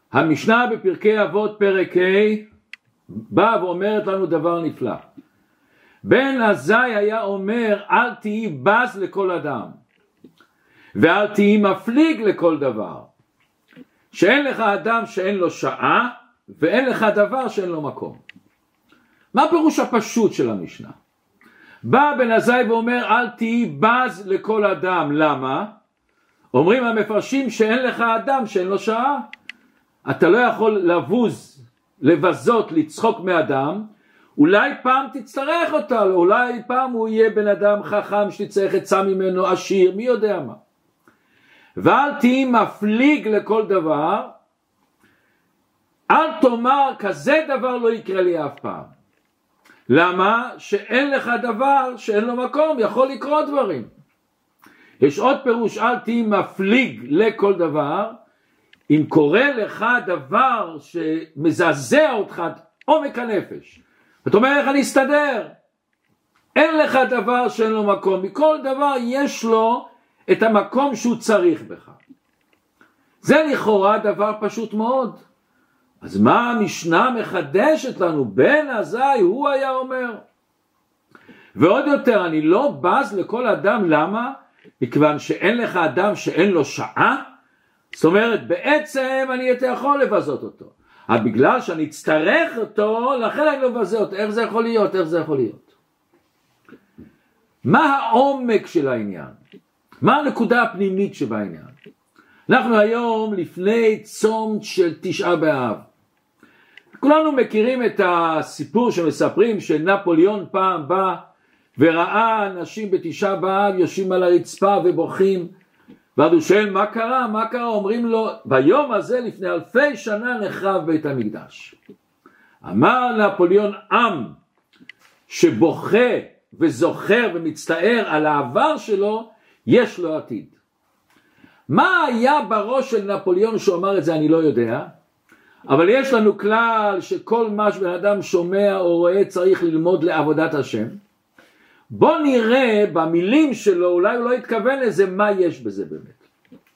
המשנה בפרקי אבות פרק ה' באה ואומרת לנו דבר נפלא. בן עזאי היה אומר אל תהי בז לכל אדם ואל תהי מפליג לכל דבר, שאין לך אדם שאין לו שעה ואין לך דבר שאין לו מקום. מה פירוש הפשוט של המשנה? בא בן עזאי ואומר אל תהי בז לכל אדם. למה? אומרים המפרשים שאין לך אדם שאין לו שעה. אתה לא יכול לבזות, לצחוק מאדם. אולי פעם תצטרך אותה, אולי פעם הוא יהיה בן אדם חכם שתצטרך עצה ממנו, עשיר, מי יודע מה. ואל תהי מפליג לכל דבר, אל תאמר כזה דבר לא יקרה לי אף פעם. למה? שאין לך דבר שאין לו מקום, יכול לקרות דברים. יש עוד פירוש, אל תהי מפליג לכל דבר, אם קורה לך דבר שמזעזע אותך עומק הנפש, אתה אומר איך אני אסתדר? אין לך דבר שאין לו מקום, מכל דבר יש לו את המקום שהוא צריך בך. זה לכאורה דבר פשוט מאוד. אז מה המשנה מחדשת לנו? בן עזאי הוא היה אומר. ועוד יותר, אני לא בז לכל אדם. למה? מכיוון שאין לך אדם שאין לו שעה. זאת אומרת בעצם אני יכול לבזות אותו, אבל בגלל שאני אצטרך אותו לכן אני לא מבזה אותו. איך זה יכול להיות? איך זה יכול להיות? מה העומק של העניין? מה הנקודה הפנימית שבעניין? אנחנו היום לפני צום של תשעה באב. כולנו מכירים את הסיפור שמספרים שנפוליאון פעם בא וראה אנשים בתשעה באב יושבים על הרצפה ובוכים, ואז הוא שואל מה קרה? מה קרה? אומרים לו ביום הזה לפני 2000 שנה נחרב בית המקדש. אמר נפוליאון עם שבוכה וזוכר ומצטער על העבר שלו יש לו עתיד. מה היה בראש של נפוליאון שהוא אמר את זה אני לא יודע, אבל יש לנו כלל שכל מה שבן אדם שומע או רואה צריך ללמוד לעבודת השם. בוא נראה במילים שלו, אולי הוא לא התכוון לזה, מה יש בזה באמת.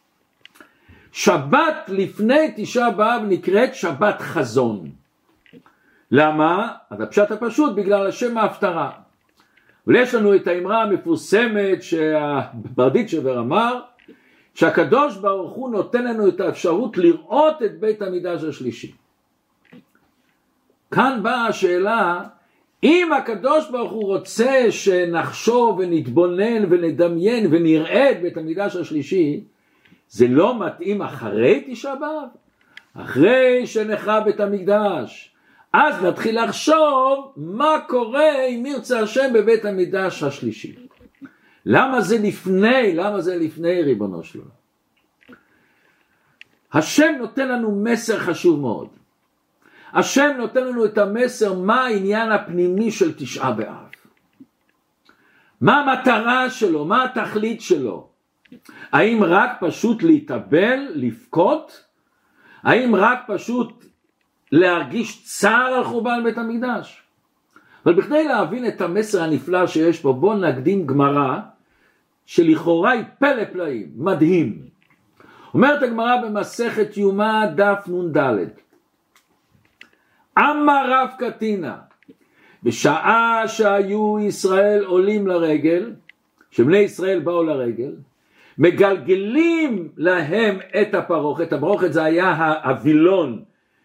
שבת לפני תשעה באב נקראת שבת חזון. למה? אז הפשט הפשוט בגלל השם ההפטרה. ויש לנו את האמרה המפורסמת שברדיצ'בר אמר, שהקדוש ברוך הוא נותן לנו את האפשרות לראות את בית המקדש השלישי. כאן באה השאלה, אם הקדוש ברוך הוא רוצה שנחשוב ונתבונן ונדמיין ונראה את בית המקדש השלישי, זה לא מתאים אחרי תשעה באב? אחרי שנחרב בית המקדש, אז נתחיל לחשוב מה קורה אם ירצה השם בבית המקדש השלישי. למה זה לפני? למה זה לפני ריבונו שלו? השם נותן לנו מסר חשוב מאוד. השם נותן לנו את המסר מה העניין הפנימי של תשעה באב. מה המטרה שלו? מה התכלית שלו? האם רק פשוט להתאבל, לבכות? האם רק פשוט להרגיש צער על חורבן בית המקדש? אבל בכדי להבין את המסר הנפלא שיש פה, בואו נקדים גמרא שלכאורה היא פלא פלאים, מדהים. אומרת הגמרא במסכת יומא דף נ"ד, אמר רב קטינא, בשעה שהיו ישראל עולים לרגל, שבני ישראל באו לרגל, מגלגלים להם את הפרוכת. הפרוכת זה היה הווילון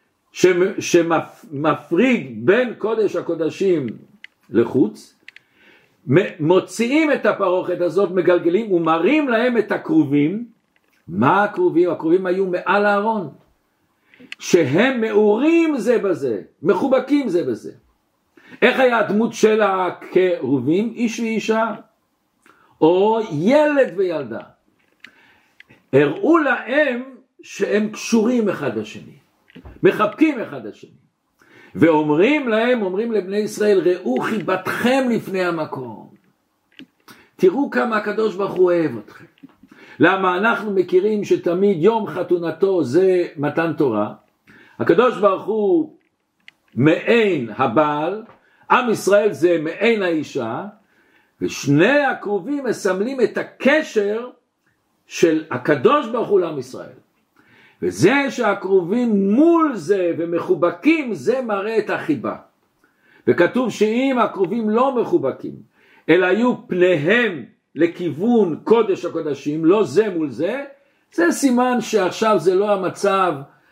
שמפריד בין קודש הקודשים לחוץ, מוציאים את הפרוכת הזאת, מגלגלים ומראים להם את הכרובים. מה הכרובים? הכרובים היו מעל הארון, שהם מאורים זה בזה, מחובקים זה בזה. איך היה הדמות של הכרובים? איש ואישה, או ילד וילדה. הראו להם שהם קשורים אחד לשני, מחבקים אחד לשני, ואומרים להם, אומרים לבני ישראל, ראו חיבתכם לפני המקום. תראו כמה הקדוש ברוך הוא אוהב אתכם. למה? אנחנו מכירים שתמיד יום חתונתו זה מתן תורה. הקדוש ברוך הוא מעין הבעל, עם ישראל זה מעין האישה, ושני הקרובים מסמלים את הקשר של הקדוש ברוך הוא לעם ישראל. וזה שהקרובים מול זה ומחובקים, זה מראה את החיבה. וכתוב שאם הקרובים לא מחובקים, אלא היו פניהם לכיוון קודש הקודשים, לא זה מול זה, זה סימן שעכשיו זה לא המצב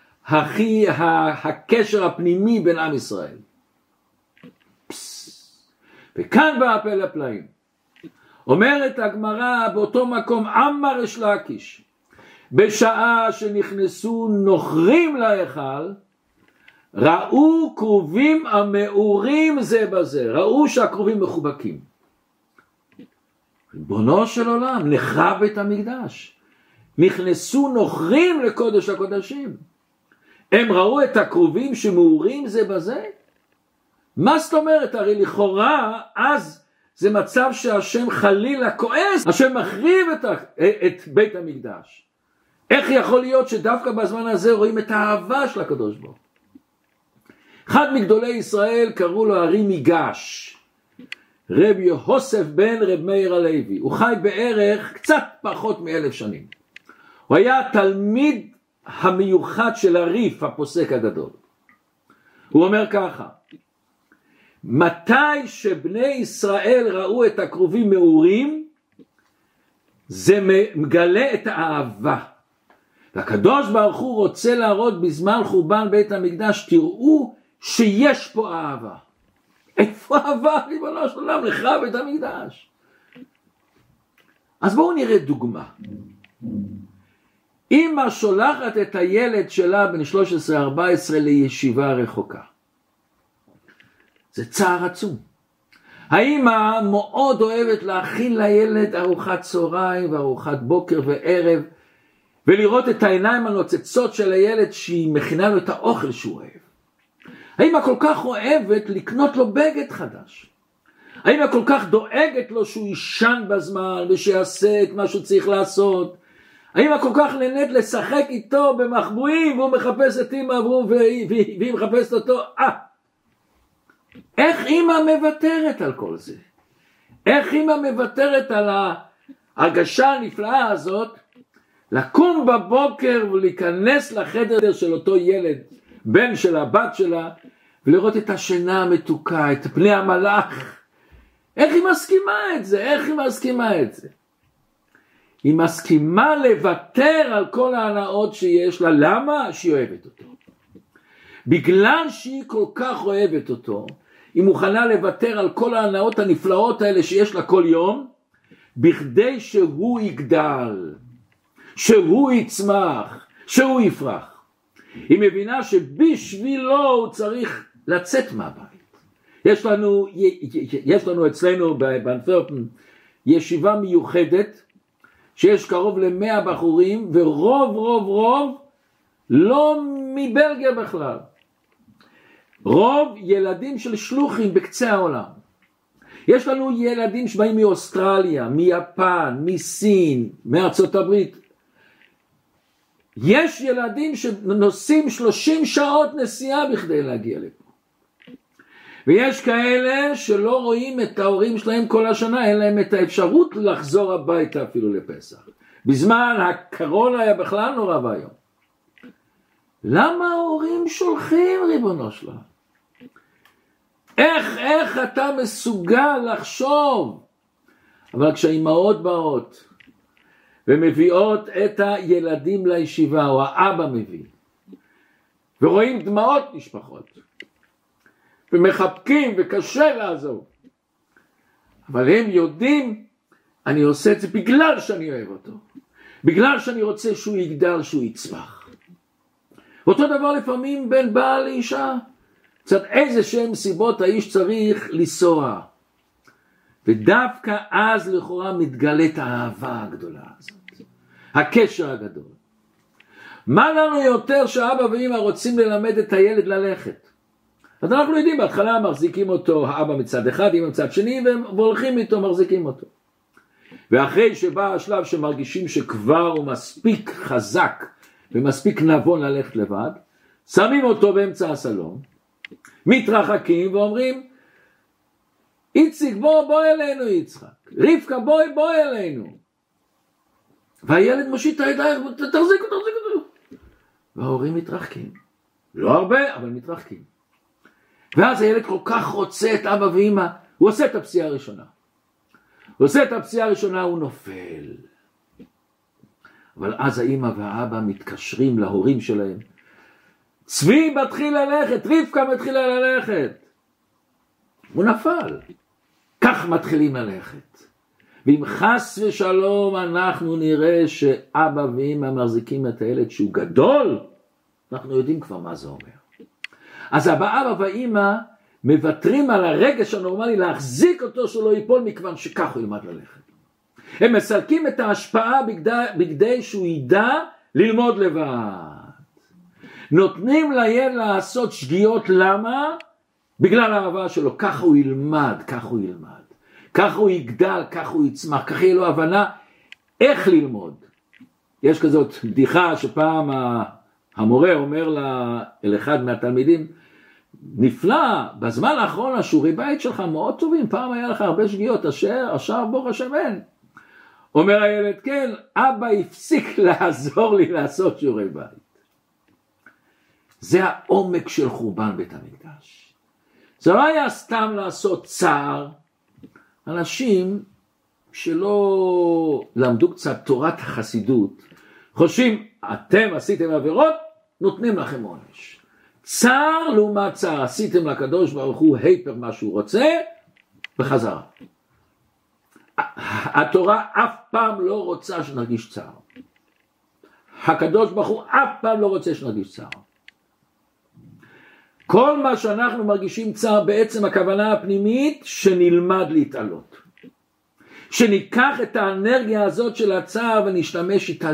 הקשר הפנימי בין עם ישראל. וכאן בא הפלא הפלאים. אומרת הגמרא באותו מקום, אמר ריש לקיש, בשעה שנכנסו נוכרים להיכל, ראו קרובים המאורים זה בזה, ראו שהקרובים מחובקים. ריבונו של עולם, נחרב בית המקדש. נכנסו נוכרים לקודש הקודשים. הם ראו את הקרובים שמאורים זה בזה? מה זאת אומרת? הרי לכאורה אז זה מצב שהשם חלילה כועס, השם מחריב את בית המקדש. איך יכול להיות שדווקא בזמן הזה רואים את האהבה של הקדוש ברוך הוא? אחד מגדולי ישראל קראו לו הרי מיגש, רב יהוסף בן רב מאיר הלוי. הוא חי בערך קצת פחות מ1000 שנים. הוא היה תלמיד המיוחד של הריף, הפוסק הגדול. הוא אומר ככה, מתי שבני ישראל ראו את הקרובים מאורים, זה מגלה את האהבה. והקדוש ברוך הוא רוצה להראות בזמן חורבן בית המקדש, תראו שיש פה אהבה. איפה אהבה? ריבונו של עולם, נחרב בית המקדש. אז בואו נראה דוגמה. אמא שולחת את הילד שלה בן 13-14 לישיבה רחוקה. זה צער עצום. האמא מאוד אוהבת להכין לילד ארוחת צהריים וארוחת בוקר וערב, ולראות את העיניים הנוצצות של הילד שהיא מכינה לו את האוכל שהוא אוהב. האמא כל כך אוהבת לקנות לו בגד חדש. האמא כל כך דואגת לו שהוא יישן בזמן ושיעשה את מה שהוא צריך לעשות. האמא כל כך נהנית לשחק איתו במחבואים, והוא מחפש את אמא והיא מחפשת אותו. איך אמא מוותרת על כל זה? איך אמא מוותרת על ההרגשה הנפלאה הזאת, לקום בבוקר ולהיכנס לחדר של אותו ילד, בן של הבת שלה, ולראות את השינה המתוקה, את פני המלאך? איך היא מסכימה את זה? איך היא מסכימה את זה? היא מסכימה לוותר על כל ההנאות שיש לה. למה? שהיא אוהבת אותו. בגלל שהיא כל כך אוהבת אותו, היא מוכנה לוותר על כל ההנאות הנפלאות האלה שיש לה כל יום, בכדי שהוא יגדל, שהוא יצמח, שהוא יפרח. היא מבינה שבשבילו הוא צריך לצאת מהבית. יש לנו אצלנו באנטוורפן ישיבה מיוחדת, שיש קרוב ל100 בחורים, ורוב לא מבלגיה בכלל. רוב ילדים של שלוחים בקצה העולם. יש לנו ילדים שבאים מאוסטרליה, מיפן, מסין, מארצות הברית. יש ילדים שנוסעים 30 שעות נסיעה בכדי להגיע לפה. ויש כאלה שלא רואים את ההורים שלהם כל השנה, אין להם את האפשרות לחזור הביתה אפילו לפסח. בזמן הקורונה היה בכלל נורא ואיום. למה ההורים שולחים, ריבונו שלהם? איך אתה מסוגל לחשוב? אבל כשהאימהות באות ומביאות את הילדים לישיבה, או האבא מביא, ורואים דמעות נשפחות, ומחבקים וקשה לעזור, אבל הם יודעים, אני עושה את זה בגלל שאני אוהב אותו, בגלל שאני רוצה שהוא יגדל, שהוא יצמח. ואותו דבר לפעמים בין בעל לאישה, קצת איזה שהם סיבות האיש צריך לנסוע, ודווקא אז לכאורה מתגלית האהבה הגדולה הזאת, הקשר הגדול. מה לנו יותר שאבא ואמא רוצים ללמד את הילד ללכת? אז אנחנו יודעים, בהתחלה מחזיקים אותו האבא מצד אחד, אמא מצד שני, והולכים איתו, מחזיקים אותו. ואחרי שבא השלב שמרגישים שכבר הוא מספיק חזק, ומספיק נבון ללכת לבד, שמים אותו באמצע הסלון, מתרחקים ואומרים, איציק בוא אלינו יצחק, רבקה בוא אלינו. והילד מושיט את הידיים, תחזיק אותו. וההורים מתרחקים. לא הרבה, אבל מתרחקים. ואז הילד כל כך רוצה את אבא ואמא, הוא עושה את הפסיעה הראשונה. הוא נופל. אבל אז האמא והאבא מתקשרים להורים שלהם. צבי מתחיל ללכת, רבקה מתחילה ללכת. הוא נפל. כך מתחילים ללכת. ואם חס ושלום אנחנו נראה שאבא ואמא מחזיקים את הילד שהוא גדול, אנחנו יודעים כבר מה זה אומר. אז אבא ואמא מוותרים על הרגש הנורמלי להחזיק אותו שלא ייפול, מכיוון שכך הוא ילמד ללכת. הם מסלקים את ההשפעה בכדי שהוא ידע ללמוד לבד. נותנים לילד לעשות שגיאות, למה? בגלל האהבה שלו. ככה הוא ילמד, ככה הוא יגדל, ככה הוא יצמח, ככה יהיה לו הבנה איך ללמוד. יש כזאת בדיחה שפעם המורה אומר לאחד מהתלמידים, נפלא, בזמן האחרון השיעורי בית שלך מאוד טובים, פעם היה לך הרבה שגיאות, עכשיו ברוך השם אין. אומר הילד, כן, אבא הפסיק לעזור לי לעשות שיעורי בית. זה העומק של חורבן בית המקדש. זה לא היה סתם לעשות צער. אנשים שלא למדו קצת תורת החסידות, חושבים, אתם עשיתם עבירות, נותנים לכם עונש. צער לעומת צער, עשיתם לקדוש ברוך הוא היפר מה שהוא רוצה, בחזרה. התורה אף פעם לא רוצה שנרגיש צער. הקדוש ברוך הוא אף פעם לא רוצה שנרגיש צער. כל מה שאנחנו מרגישים צער, בעצם הכוונה הפנימית שנלמד להתעלות. שניקח את האנרגיה הזאת של הצער ונשתמש איתה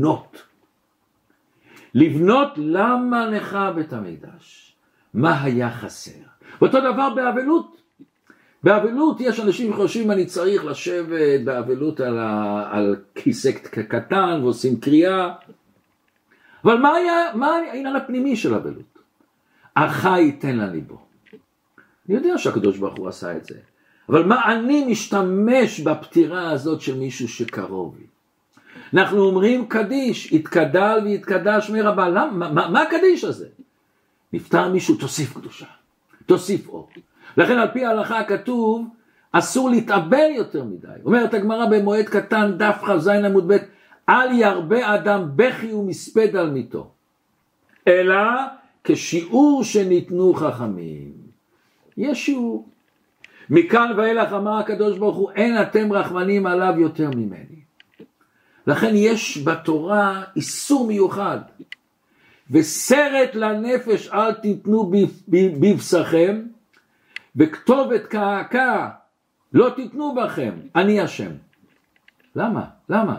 לבנות למה נחרב בית המקדש. מה היה חסר? ואותו דבר באבלות. באבלות יש אנשים שחושבים אני צריך לשבת באבלות על כיסא קטן ועושים קריאה. אבל מה העניין הפנימי של אבלות? החי ייתן לליבו. אני יודע שהקדוש ברוך הוא עשה את זה. אבל מה אני משתמש בפטירה הזאת של מישהו שקרוב לי? אנחנו אומרים קדיש, התקדל והתקדש מרבה. מה הקדיש הזה? נפטר מישהו, תוסיף קדושה, תוסיף אור. לכן על פי ההלכה כתוב, אסור להתאבל יותר מדי. אומרת הגמרא במועד קטן, דף כ"ז עמוד ב', אל ירבה אדם בכי ומספד על מיתו, אלא כשיעור שניתנו חכמים. יש שיעור. מכאן ואילך אמר הקדוש ברוך הוא, אין אתם רחמנים עליו יותר ממני. לכן יש בתורה איסור מיוחד. וסרט לנפש אל תיתנו בבשכם, וכתובת קעקע לא תיתנו בכם, אני השם. למה?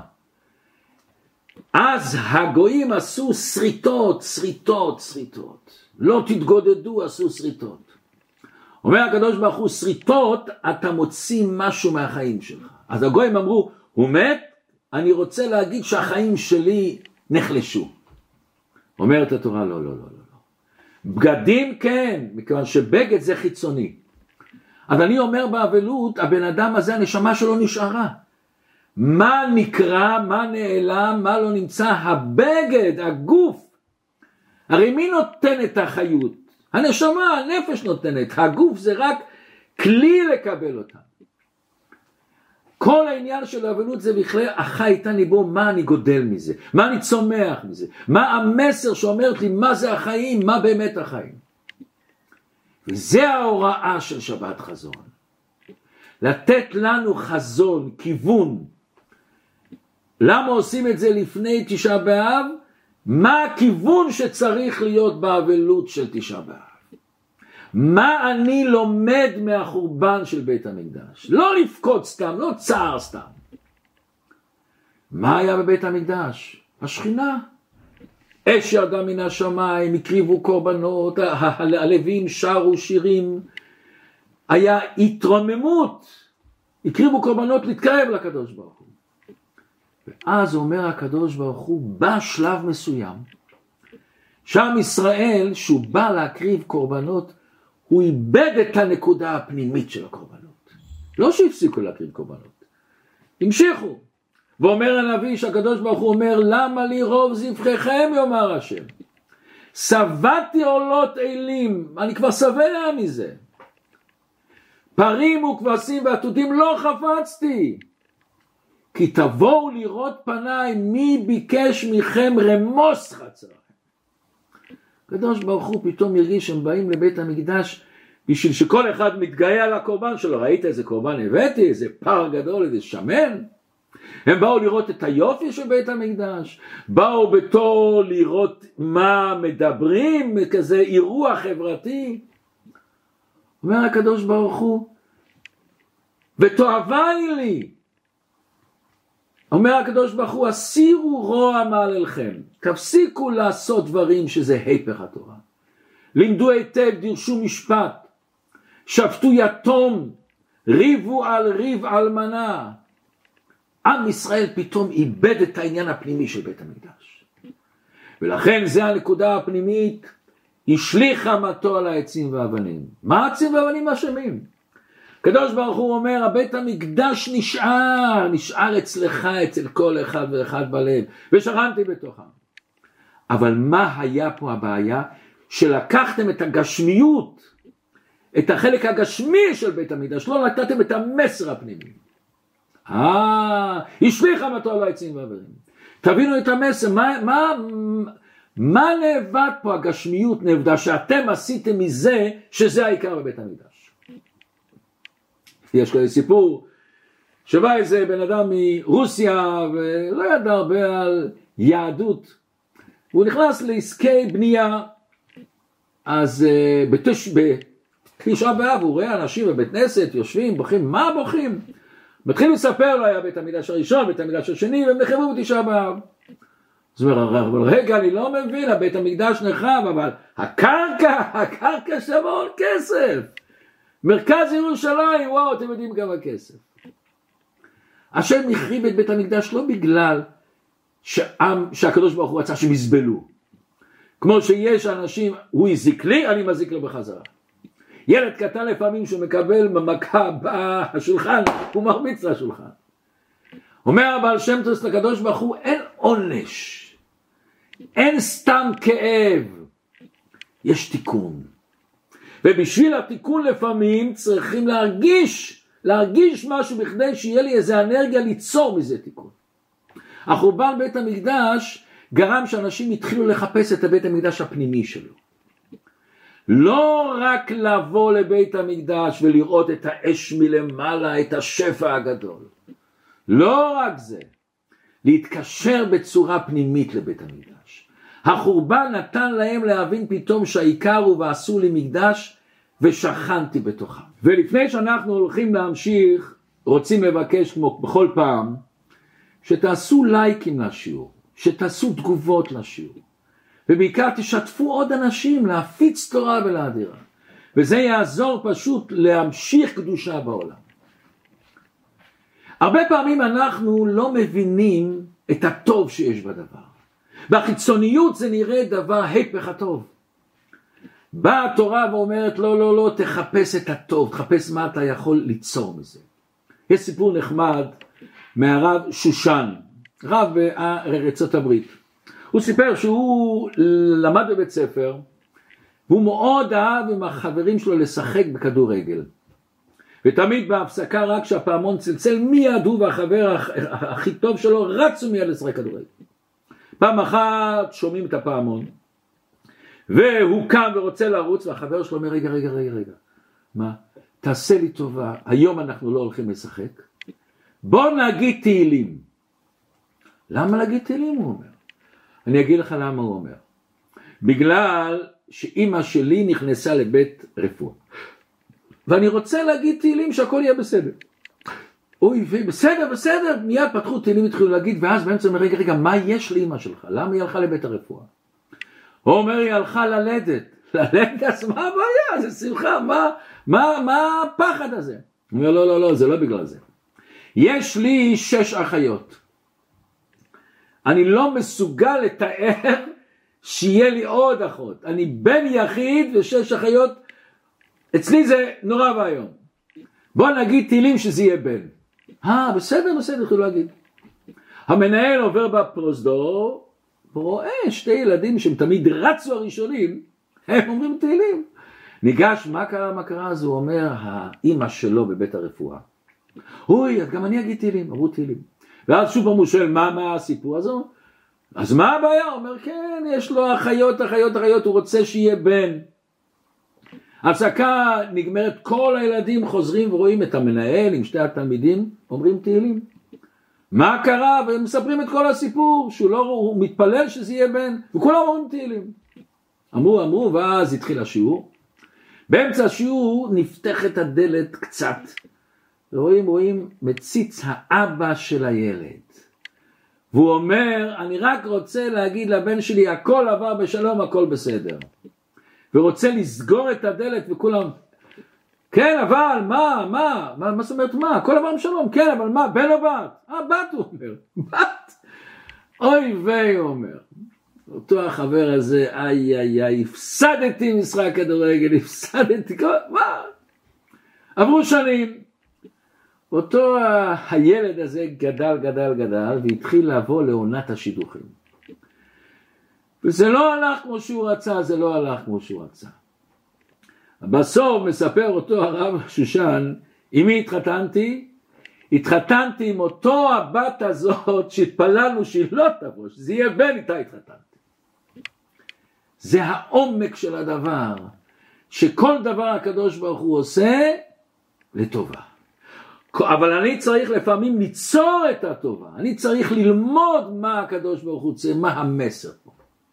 אז הגויים עשו שריטות. לא תתגודדו, עשו שריטות. אומר הקדוש ברוך הוא, שריטות, אתה מוציא משהו מהחיים שלך. אז הגויים אמרו, הוא מת, אני רוצה להגיד שהחיים שלי נחלשו. אומרת התורה, לא. בגדים כן, מכיוון שבגד זה חיצוני. אז אני אומר באבלות, הבן אדם הזה, הנשמה שלו נשארה. מה נקרא, מה נעלם, מה לא נמצא? הבגד, הגוף. הרי מי נותן את החיות? הנשמה, הנפש נותנת. הגוף זה רק כלי לקבל אותה. כל העניין של האבלות זה בכלל, החי איתן ליבו, מה אני גודל מזה? מה אני צומח מזה? מה המסר שאומרת לי, מה זה החיים? מה באמת החיים? וזה ההוראה של שבת חזון. לתת לנו חזון, כיוון. למה עושים את זה לפני תשעה באב? מה הכיוון שצריך להיות באבלות של תשעה באב? מה אני לומד מהחורבן של בית המקדש? לא לפקוד סתם, לא צער סתם. מה היה בבית המקדש? השכינה. אש ירדה מן השמיים, הקריבו קורבנות, הלווים שרו שירים. היה התרוממות. הקריבו קורבנות להתקרב לקדוש ברוך הוא. ואז אומר הקדוש ברוך הוא, בא שלב מסוים, שם ישראל, שהוא בא להקריב קורבנות, הוא איבד את הנקודה הפנימית של הקורבנות. לא שהפסיקו להקריב קורבנות, המשיכו. ואומר הנביא שהקדוש ברוך הוא אומר, למה לי רוב זבחיכם יאמר השם? שבעתי עולות אלים, אני כבר שבע מזה. פרים וכבשים והתותים לא חפצתי. כי תבואו לראות פניי, מי ביקש מכם רמוס חצר. הקדוש ברוך הוא פתאום ירגיש שהם באים לבית המקדש, בשביל שכל אחד מתגאה על הקורבן שלו. ראית איזה קורבן הבאתי, איזה פר גדול, איזה שמן. הם באו לראות את היופי של בית המקדש, באו בתור לראות מה מדברים, כזה אירוע חברתי. אומר הקדוש ברוך הוא, ותאהבה היא לי. אומר הקדוש ברוך הוא, הסירו רוע מעללכם, תפסיקו לעשות דברים שזה היפך התורה. לימדו היטב, דרשו משפט, שפטו יתום, ריבו על ריב אלמנה. עם ישראל פתאום איבד את העניין הפנימי של בית המקדש. ולכן זה הנקודה הפנימית, השליך המטו על העצים והאבנים. מה העצים והאבנים אשמים? הקדוש ברוך הוא אומר, הבית המקדש נשאר אצלך, אצל כל אחד ואחד בלב, ושכנתי בתוכם. אבל מה היה פה הבעיה? שלקחתם את הגשמיות, את החלק הגשמי של בית המקדש, לא נתתם את המסר הפנימי. השליך המטו על העצים והאבנים. תבינו את המסר, מה נאבד פה? הגשמיות נאבדה, שאתם עשיתם מזה שזה העיקר בבית המקדש. יש כזה סיפור שבא איזה בן אדם מרוסיה ולא ידע הרבה על יהדות, הוא נכנס לעסקי בנייה. אז בתשעה באב הוא רואה אנשים בבית כנסת יושבים בוכים. מה בוכים? מתחיל לספר לו, היה בית המקדש הראשון, בית המקדש השני, והם נחרבו בתשעה באב. אז הוא אומר, אבל רגע, אני לא מבין, הבית המקדש נחרב, אבל הקרקע שווה עוד כסף. מרכז ירושלים, וואו, אתם יודעים כמה כסף. השם החריב את בית המקדש לא בגלל שהקדוש ברוך הוא רצה שהם יסבלו. כמו שיש אנשים, הוא הזיק לי, אני מזיק לו בחזרה. ילד קטן לפעמים שמקבל ממכה בשולחן, הוא מרביץ לשולחן. אומר הבעל שם טוב לקדוש ברוך הוא, אין עונש, אין סתם כאב, יש תיקון. ובשביל התיקון לפעמים צריכים להרגיש משהו בכדי שיהיה לי איזה אנרגיה ליצור מזה תיקון. החורבן בית המקדש גרם שאנשים התחילו לחפש את הבית המקדש הפנימי שלו. לא רק לבוא לבית המקדש ולראות את האש מלמעלה, את השפע הגדול. לא רק זה, להתקשר בצורה פנימית לבית המקדש. החורבן נתן להם להבין פתאום שהעיקר הוא ועשו לי מקדש ושכנתי בתוכם. ולפני שאנחנו הולכים להמשיך, רוצים לבקש כמו בכל פעם, שתעשו לייקים לשיעור, שתעשו תגובות לשיעור. ובעיקר תשתפו עוד אנשים להפיץ תורה ולהדירה. וזה יעזור פשוט להמשיך קדושה בעולם. הרבה פעמים אנחנו לא מבינים את הטוב שיש בדבר. בחיצוניות זה נראה דבר היפך הטוב. באה התורה ואומרת לא, תחפש את הטוב, תחפש מה אתה יכול ליצור מזה. יש סיפור נחמד מהרב שושן, רב בארצות הברית. הוא סיפר שהוא למד בבית ספר, והוא מאוד אהב עם החברים שלו לשחק בכדורגל. ותמיד בהפסקה רק שהפעמון צלצל, מיד הוא והחבר הכי טוב שלו רצו מיד לשחק כדורגל. פעם אחת שומעים את הפעמון, והוא קם ורוצה לרוץ, והחבר שלו אומר, רגע. מה? תעשה לי טובה, היום אנחנו לא הולכים לשחק. בוא נגיד תהילים. למה להגיד תהילים? הוא אומר. אני אגיד לך למה הוא אומר. בגלל שאמא שלי נכנסה לבית רפואה. ואני רוצה להגיד תהילים שהכל יהיה בסדר. אוי, בסדר, מיד פתחו תהילים, התחילו להגיד, ואז באמצע אומר, רגע, מה יש לאמא שלך? למה היא הלכה לבית הרפואה? הוא אומר, היא הלכה ללדת, אז מה הבעיה? זה שמחה, מה הפחד הזה? הוא אומר, לא, זה לא בגלל זה. יש לי 6 אחיות. אני לא מסוגל לתאר שיהיה לי עוד אחות. אני בן יחיד ו6 אחיות, אצלי זה נורא והיום. בוא נגיד תהילים שזה יהיה בן. בסדר, יכולו להגיד. המנהל עובר בפרוזדור, ורואה שתי ילדים שהם תמיד רצו הראשונים, הם אומרים תהילים. ניגש, מה קרה? אז הוא אומר, האמא שלו בבית הרפואה. אוי, גם אני אגיד תהילים, אמרו תהילים. ואז שוב הוא שואל, מה הסיפור הזה? אז מה הבעיה? הוא אומר, כן, יש לו אחיות, הוא רוצה שיהיה בן. הפסקה נגמרת, כל הילדים חוזרים ורואים את המנהל עם שתי התלמידים, אומרים תהילים. מה קרה? והם מספרים את כל הסיפור, הוא מתפלל שזה יהיה בן, וכולם אומרים תהילים. אמרו, ואז התחיל השיעור. באמצע השיעור נפתחת הדלת קצת, ורואים מציץ האבא של הילד. והוא אומר, אני רק רוצה להגיד לבן שלי, הכל עבר בשלום, הכל בסדר. ורוצה לסגור את הדלת וכולם, כן, אבל מה זאת אומרת מה? הכל עבר בשלום, כן, אבל מה? בן או בת? בת הוא אומר, בת. אוי ויי הוא אומר. אותו החבר הזה, הפסדתי משחק כדורגל, מה? עברו שנים. אותו הילד הזה גדל, והתחיל לבוא לעונת השידוכים. וזה לא הלך כמו שהוא רצה, בסוף מספר אותו הרב שושן, עם מי התחתנתי עם אותו הבת הזאת, שהתפללנו שהיא לא תבוא, שזה יהיה בן איתה התחתנתי. זה העומק של הדבר, שכל דבר הקדוש ברוך הוא עושה לטובה. אבל אני צריך לפעמים ליצור את הטובה, אני צריך ללמוד מה הקדוש ברוך הוא רוצה, מה המסר פה.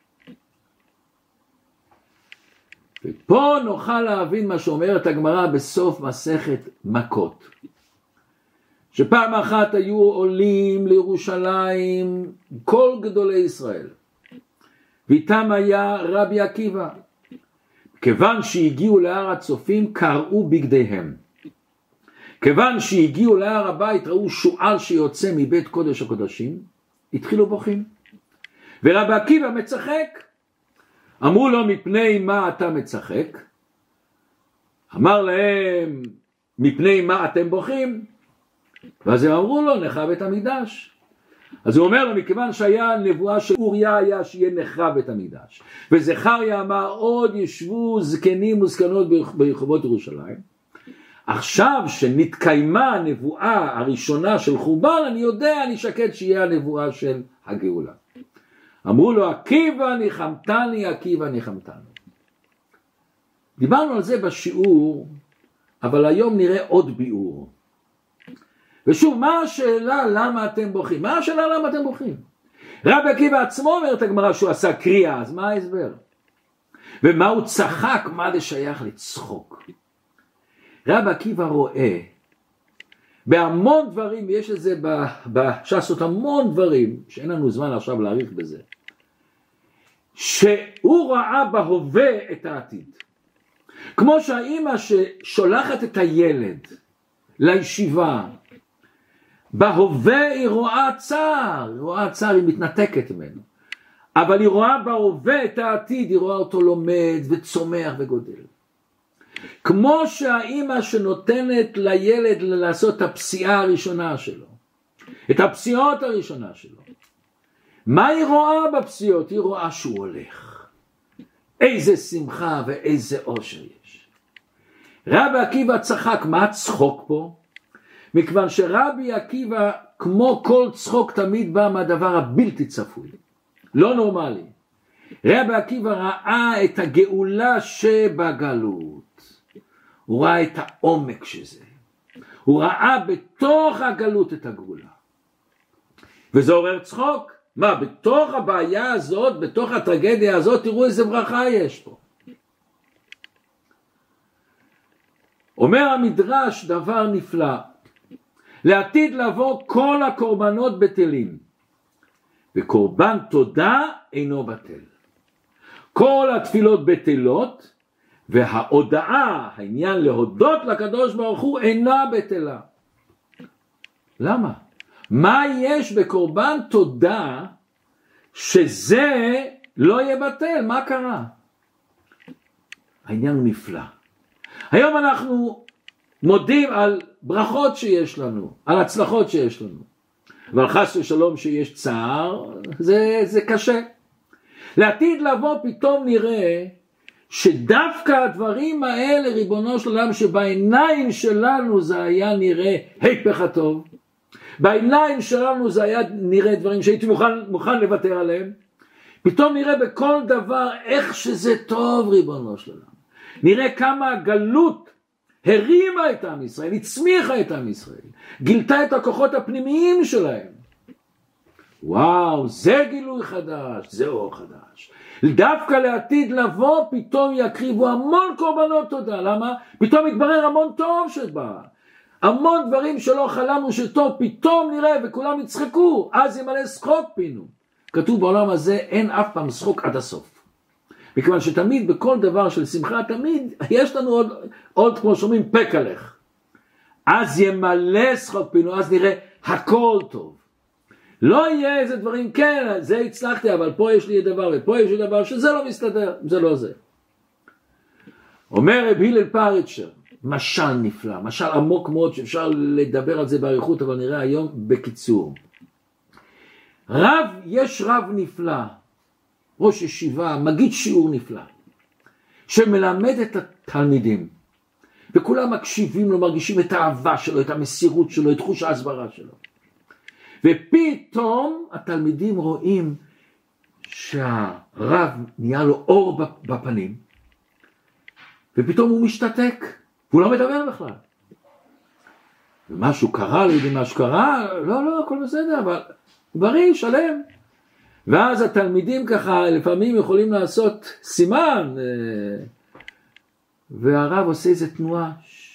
ופה נוכל להבין מה שאומרת הגמרא בסוף מסכת מכות. שפעם אחת היו עולים לירושלים כל גדולי ישראל. ואיתם היה רבי עקיבא. כיוון שהגיעו להר הצופים קרעו בגדיהם. כיוון שהגיעו להר הבית ראו שועל שיוצא מבית קודש הקודשים. התחילו בוכים. ורבי עקיבא מצחק. אמרו לו, מפני מה אתה מצחק? אמר להם, מפני מה אתם בוכים? ואז הם אמרו לו, נחרב בית המקדש. אז הוא אומר לו, מכיוון שהיה נבואה שאוריה היה שיהיה נחרב בית המקדש, וזכריה אמר, עוד ישבו זקנים וזקנות ברחובות ירושלים. עכשיו שנתקיימה הנבואה הראשונה של חורבן, אני יודע, אני שקט שיהיה הנבואה של הגאולה. אמרו לו, עקיבא ניחמתני. דיברנו על זה בשיעור, אבל היום נראה עוד ביאור. ושוב, מה השאלה למה אתם בוכים? רבי עקיבא עצמו אומר את הגמרא שהוא עשה קריאה, אז מה ההסבר? ומה הוא צחק, מה זה שייך לצחוק? רבי עקיבא רואה בהמון דברים, יש לזה בש"סות המון דברים, שאין לנו זמן עכשיו להאריך בזה, שהוא ראה בהווה את העתיד. כמו שהאימא ששולחת את הילד לישיבה, בהווה היא רואה צער, היא מתנתקת ממנו. אבל היא רואה בהווה את העתיד, היא רואה אותו לומד וצומח וגודל. כמו שהאימא שנותנת לילד לעשות את הפסיעה הראשונה שלו, את הפסיעות הראשונה שלו. מה היא רואה בפסיעות? היא רואה שהוא הולך. איזה שמחה ואיזה אושר יש. רבי עקיבא צחק, מה צחוק פה? מכיוון שרבי עקיבא, כמו כל צחוק, תמיד בא מהדבר הבלתי צפוי. לא נורמלי. רבי עקיבא ראה את הגאולה שבגלות. הוא ראה את העומק שזה. הוא ראה בתוך הגלות את הגאולה. וזה עורר צחוק. מה, בתוך הבעיה הזאת, בתוך הטרגדיה הזאת, תראו איזה ברכה יש פה. אומר המדרש דבר נפלא. לעתיד לבוא כל הקורבנות בטלים. וקורבן תודה אינו בטל. כל התפילות בטלות, וההודעה, העניין להודות לקדוש ברוך הוא, אינה בטלה. למה? מה יש בקורבן תודה שזה לא יהיה בטל? מה קרה? העניין הוא נפלא. היום אנחנו מודים על ברכות שיש לנו, על הצלחות שיש לנו. אבל חס ושלום שיש צער, זה קשה. לעתיד לבוא פתאום נראה שדווקא הדברים האלה, ריבונו של עולם, שבעיניים שלנו זה היה נראה היפך הטוב, בעיניים שלנו זה היה נראה דברים שהייתי מוכן לוותר עליהם, פתאום נראה בכל דבר איך שזה טוב, ריבונו של עולם. נראה כמה הגלות הרימה את עם ישראל, הצמיחה את עם ישראל, גילתה את הכוחות הפנימיים שלהם. וואו, זה גילוי חדש, זה אור חדש. דווקא לעתיד לבוא פתאום יקריבו המון קורבנות תודה. למה? פתאום יתברר המון טוב שבא. המון דברים שלא חלמנו שטוב, פתאום נראה וכולם יצחקו, אז ימלא שחוק פינו. כתוב בעולם הזה אין אף פעם שחוק עד הסוף. מכיוון שתמיד בכל דבר של שמחה, תמיד יש לנו עוד כמו שאומרים פקלך. אז ימלא שחוק פינו, אז נראה הכל טוב. לא יהיה איזה דברים, כן, זה הצלחתי, אבל פה יש לי דבר, ופה יש לי דבר, שזה לא מסתדר, זה לא זה. אומר רב הלל פריצ'ר, משל נפלא, משל עמוק מאוד, שאפשר לדבר על זה באריכות, אבל נראה היום בקיצור. יש רב נפלא, ראש ישיבה, מגיד שיעור נפלא, שמלמד את התלמידים, וכולם מקשיבים לו, מרגישים את האהבה שלו, את המסירות שלו, את חוש ההסברה שלו. ופתאום התלמידים רואים שהרב נהיה לו אור בפנים, ופתאום הוא משתתק, והוא לא מדבר בכלל. ומשהו קרה, לא יודעים משהו קרה, לא, הכל בסדר, אבל בריא, שלם. ואז התלמידים ככה לפעמים יכולים לעשות סימן, והרב עושה איזה תנועה.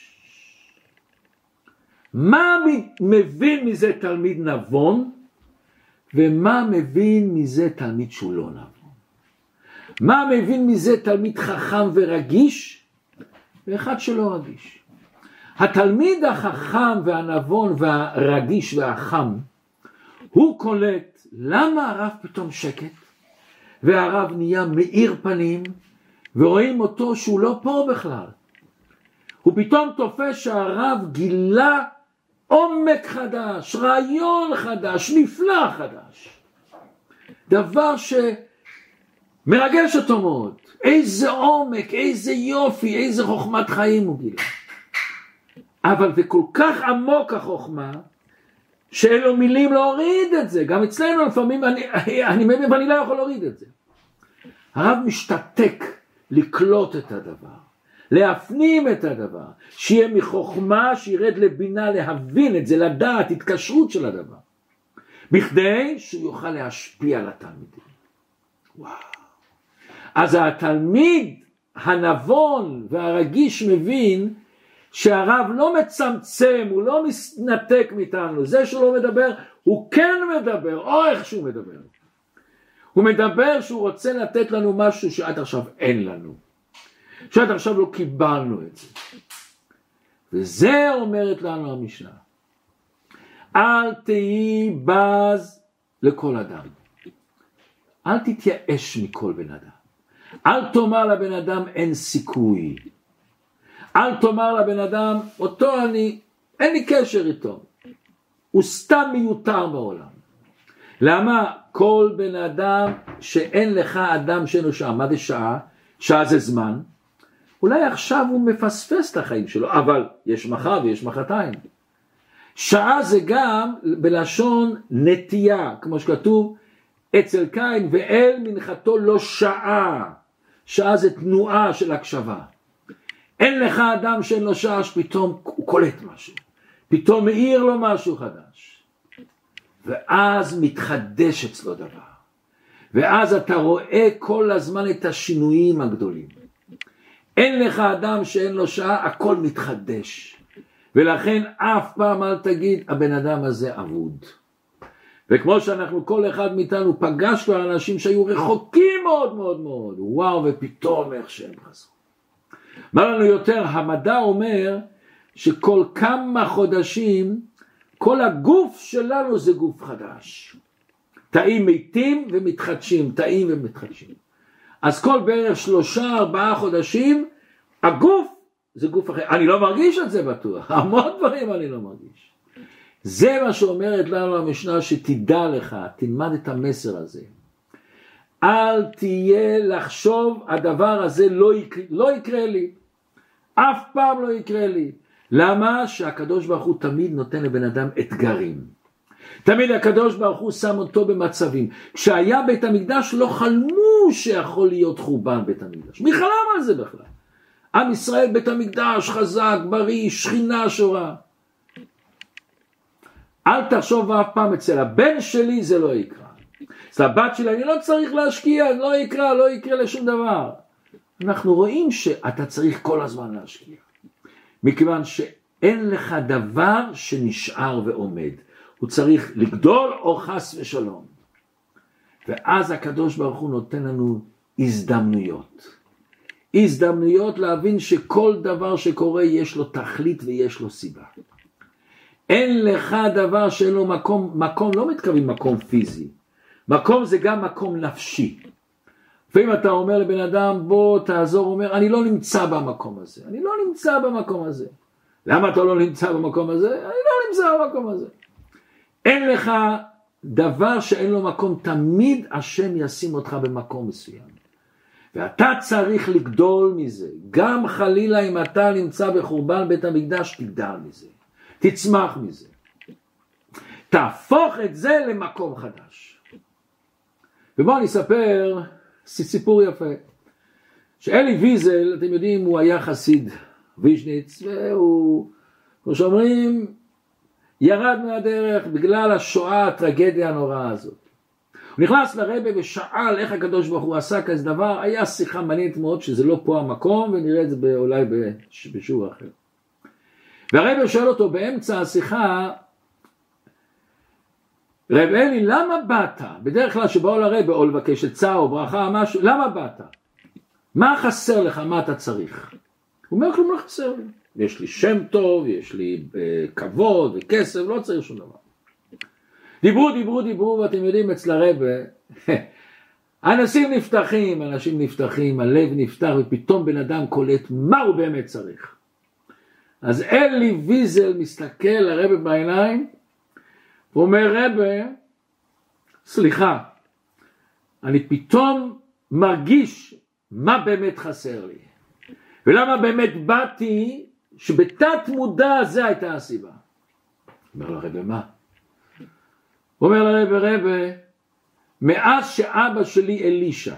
מה מבין מזה תלמיד נבון, ומה מבין מזה תלמיד שהוא לא נבון? מה מבין מזה תלמיד חכם ורגיש, ואחד שלא רגיש? התלמיד החכם והנבון והרגיש והחם, הוא קולט למה הרב פתאום שקט, והרב נהיה מאיר פנים, ורואים אותו שהוא לא פה בכלל. הוא פתאום תופס שהרב גילה עומק חדש, רעיון חדש, נפלא חדש. דבר שמרגש אותו מאוד. איזה עומק, איזה יופי, איזה חוכמת חיים הוא גילה. אבל זה כל כך עמוק החוכמה, שאין לו מילים להוריד את זה. גם אצלנו לפעמים אני מבין ואני לא יכול להוריד את זה. הרב משתתק לקלוט את הדבר. להפנים את הדבר, שיהיה מחוכמה, שירד לבינה, להבין את זה, לדעת, התקשרות של הדבר, בכדי שהוא יוכל להשפיע על התלמידים. וואו. אז התלמיד הנבון והרגיש מבין, שהרב לא מצמצם, הוא לא מתנתק מאיתנו, זה שהוא לא מדבר, הוא כן מדבר, או איך שהוא מדבר. הוא מדבר שהוא רוצה לתת לנו משהו שעד עכשיו אין לנו. שעד עכשיו לא קיבלנו את זה. וזה אומרת לנו המשנה. אל תהי בז לכל אדם. אל תתייאש מכל בן אדם. אל תאמר לבן אדם אין סיכוי. אל תאמר לבן אדם, אותו אין לי קשר איתו. הוא סתם מיותר בעולם. למה? כל בן אדם שאין לך אדם שאינו שעה. מה זה שעה? שעה זה זמן. אולי עכשיו הוא מפספס את החיים שלו, אבל יש מחר ויש מחרתיים. שעה זה גם בלשון נטייה, כמו שכתוב, אצל קין ואל מנחתו לא שעה. שעה זה תנועה של הקשבה. אין לך אדם שאין לו שעה שפתאום הוא קולט משהו. פתאום מאיר לו משהו חדש. ואז מתחדש אצלו דבר. ואז אתה רואה כל הזמן את השינויים הגדולים. אין לך אדם שאין לו שעה, הכל מתחדש. ולכן אף פעם אל תגיד, הבן אדם הזה אבוד. וכמו שאנחנו כל אחד מאיתנו פגשנו על אנשים שהיו רחוקים מאוד מאוד מאוד, וואו, ופתאום איך שהם חזרו. מה לנו יותר, המדע אומר שכל כמה חודשים, כל הגוף שלנו זה גוף חדש. תאים מתים ומתחדשים, תאים ומתחדשים. אז כל בערך 3-4 חודשים, הגוף זה גוף אחר. אני לא מרגיש את זה בטוח, המון דברים אני לא מרגיש. זה מה שאומרת לנו המשנה, שתדע לך, תלמד את המסר הזה. אל תהיה לחשוב הדבר הזה לא יקרה לי, אף פעם לא יקרה לי. למה? שהקדוש ברוך הוא תמיד נותן לבן אדם אתגרים. תמיד הקדוש ברוך הוא שם אותו במצבים. כשהיה בית המקדש לא חלמו שיכול להיות חורבן בית המקדש. מי חלם על זה בכלל? עם ישראל בית המקדש חזק, בריא, שכינה שורה. אל תחשוב אף פעם אצל הבן שלי זה לא יקרה. אצל הבת שלי אני לא צריך להשקיע, לא יקרה לשום דבר. אנחנו רואים שאתה צריך כל הזמן להשקיע. מכיוון שאין לך דבר שנשאר ועומד. הוא צריך לגדול או חס ושלום. ואז הקדוש ברוך הוא נותן לנו הזדמנויות. הזדמנויות להבין שכל דבר שקורה יש לו תכלית ויש לו סיבה. אין לך דבר שאין לו מקום לא מתכוון מקום פיזי. מקום זה גם מקום נפשי. ואם אתה אומר לבן אדם בוא תעזור, הוא אומר אני לא נמצא במקום הזה. אני לא נמצא במקום הזה. למה אתה לא נמצא במקום הזה? אני לא נמצא במקום הזה. אין לך דבר שאין לו מקום, תמיד השם ישים אותך במקום מסוים. ואתה צריך לגדול מזה. גם חלילה אם אתה נמצא בחורבן בית המקדש, תגדל מזה. תצמח מזה. תהפוך את זה למקום חדש. ובואו אני אספר סיפור יפה. שאלי ויזל, אתם יודעים, הוא היה חסיד ויז'ניץ, והוא, כמו שאומרים, ירד מהדרך בגלל השואה, הטרגדיה הנוראה הזאת. הוא נכנס לרבי ושאל איך הקדוש ברוך הוא עשה כזה דבר. היה שיחה מעניינת מאוד שזה לא פה המקום, ונראה את זה אולי בשיעור אחר. והרבי שואל אותו באמצע השיחה, רב אלי, למה באת? בדרך כלל שבאו לרבי או לבקש עצה או ברכה משהו, למה באת? מה חסר לך? מה אתה צריך? הוא אומר, כלום לא חסר לי. יש לי שם טוב, יש לי כבוד וכסף, לא צריך שום דבר. דיברו, ואתם יודעים אצל הרבי, אנשים נפתחים, הלב נפתח, ופתאום בן אדם קולט מה הוא באמת צריך. אז אלי ויזל מסתכל לרבי בעיניים, הוא אומר, רבי, סליחה, אני פתאום מרגיש מה באמת חסר לי. ולמה באמת באתי שבתת מודע זה הייתה הסיבה. אומר לרבי, מה? הוא אומר לרבי, רבי, מאז שאבא שלי אלישע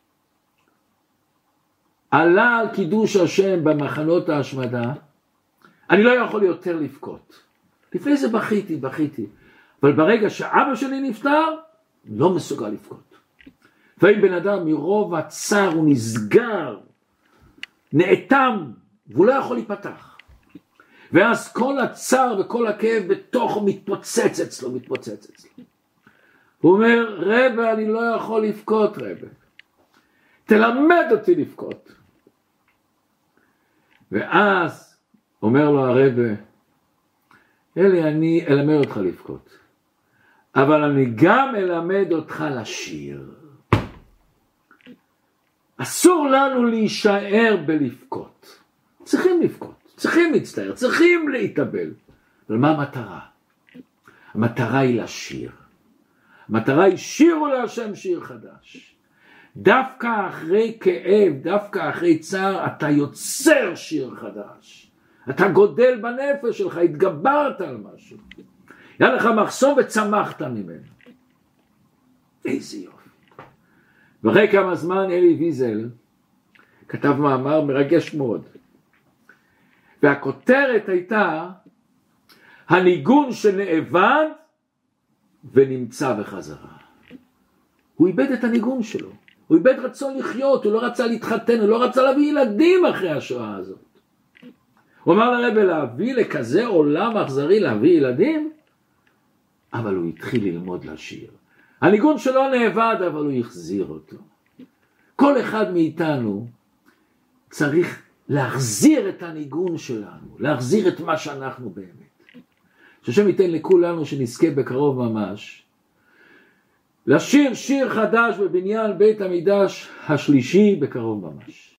עלה על קידוש השם במחנות ההשמדה, אני לא יכול יותר לבכות. לפני זה בכיתי. אבל ברגע שאבא שלי נפטר, לא מסוגל לבכות. ואם בן אדם מרוב הצער הוא נסגר, נאטם, והוא לא יכול להיפתח. ואז כל הצער וכל הכאב בתוכו מתפוצץ אצלו. הוא אומר, רבי, אני לא יכול לבכות, רבי. תלמד אותי לבכות. ואז אומר לו הרבי, אלי, אני אלמד אותך לבכות. אבל אני גם אלמד אותך לשיר. אסור לנו להישאר בלבכות. צריכים לבכות, צריכים להצטער, צריכים להתאבל. אבל מה המטרה? המטרה היא לשיר. המטרה היא שירו להשם שיר חדש. דווקא אחרי כאב, דווקא אחרי צער, אתה יוצר שיר חדש. אתה גודל בנפש שלך, התגברת על משהו. היה לך מחסום וצמחת ממנו. איזה יופי. ואחרי כמה זמן אלי ויזל כתב מאמר מרגש מאוד. והכותרת הייתה, הניגון שנאבד ונמצא בחזרה. הוא איבד את הניגון שלו. הוא איבד רצון לחיות, הוא לא רצה להתחתן, הוא לא רצה להביא ילדים אחרי השואה הזאת. הוא אמר לרבי, להביא לכזה עולם אכזרי להביא ילדים? אבל הוא התחיל ללמוד לשיר. הניגון שלו נאבד, אבל הוא יחזיר אותו. כל אחד מאיתנו צריך להחזיר את הניגון שלנו, להחזיר את מה שאנחנו באמת. שהשם ייתן לכולנו שנזכה בקרוב ממש, לשיר שיר חדש בבניין בית המקדש השלישי בקרוב ממש.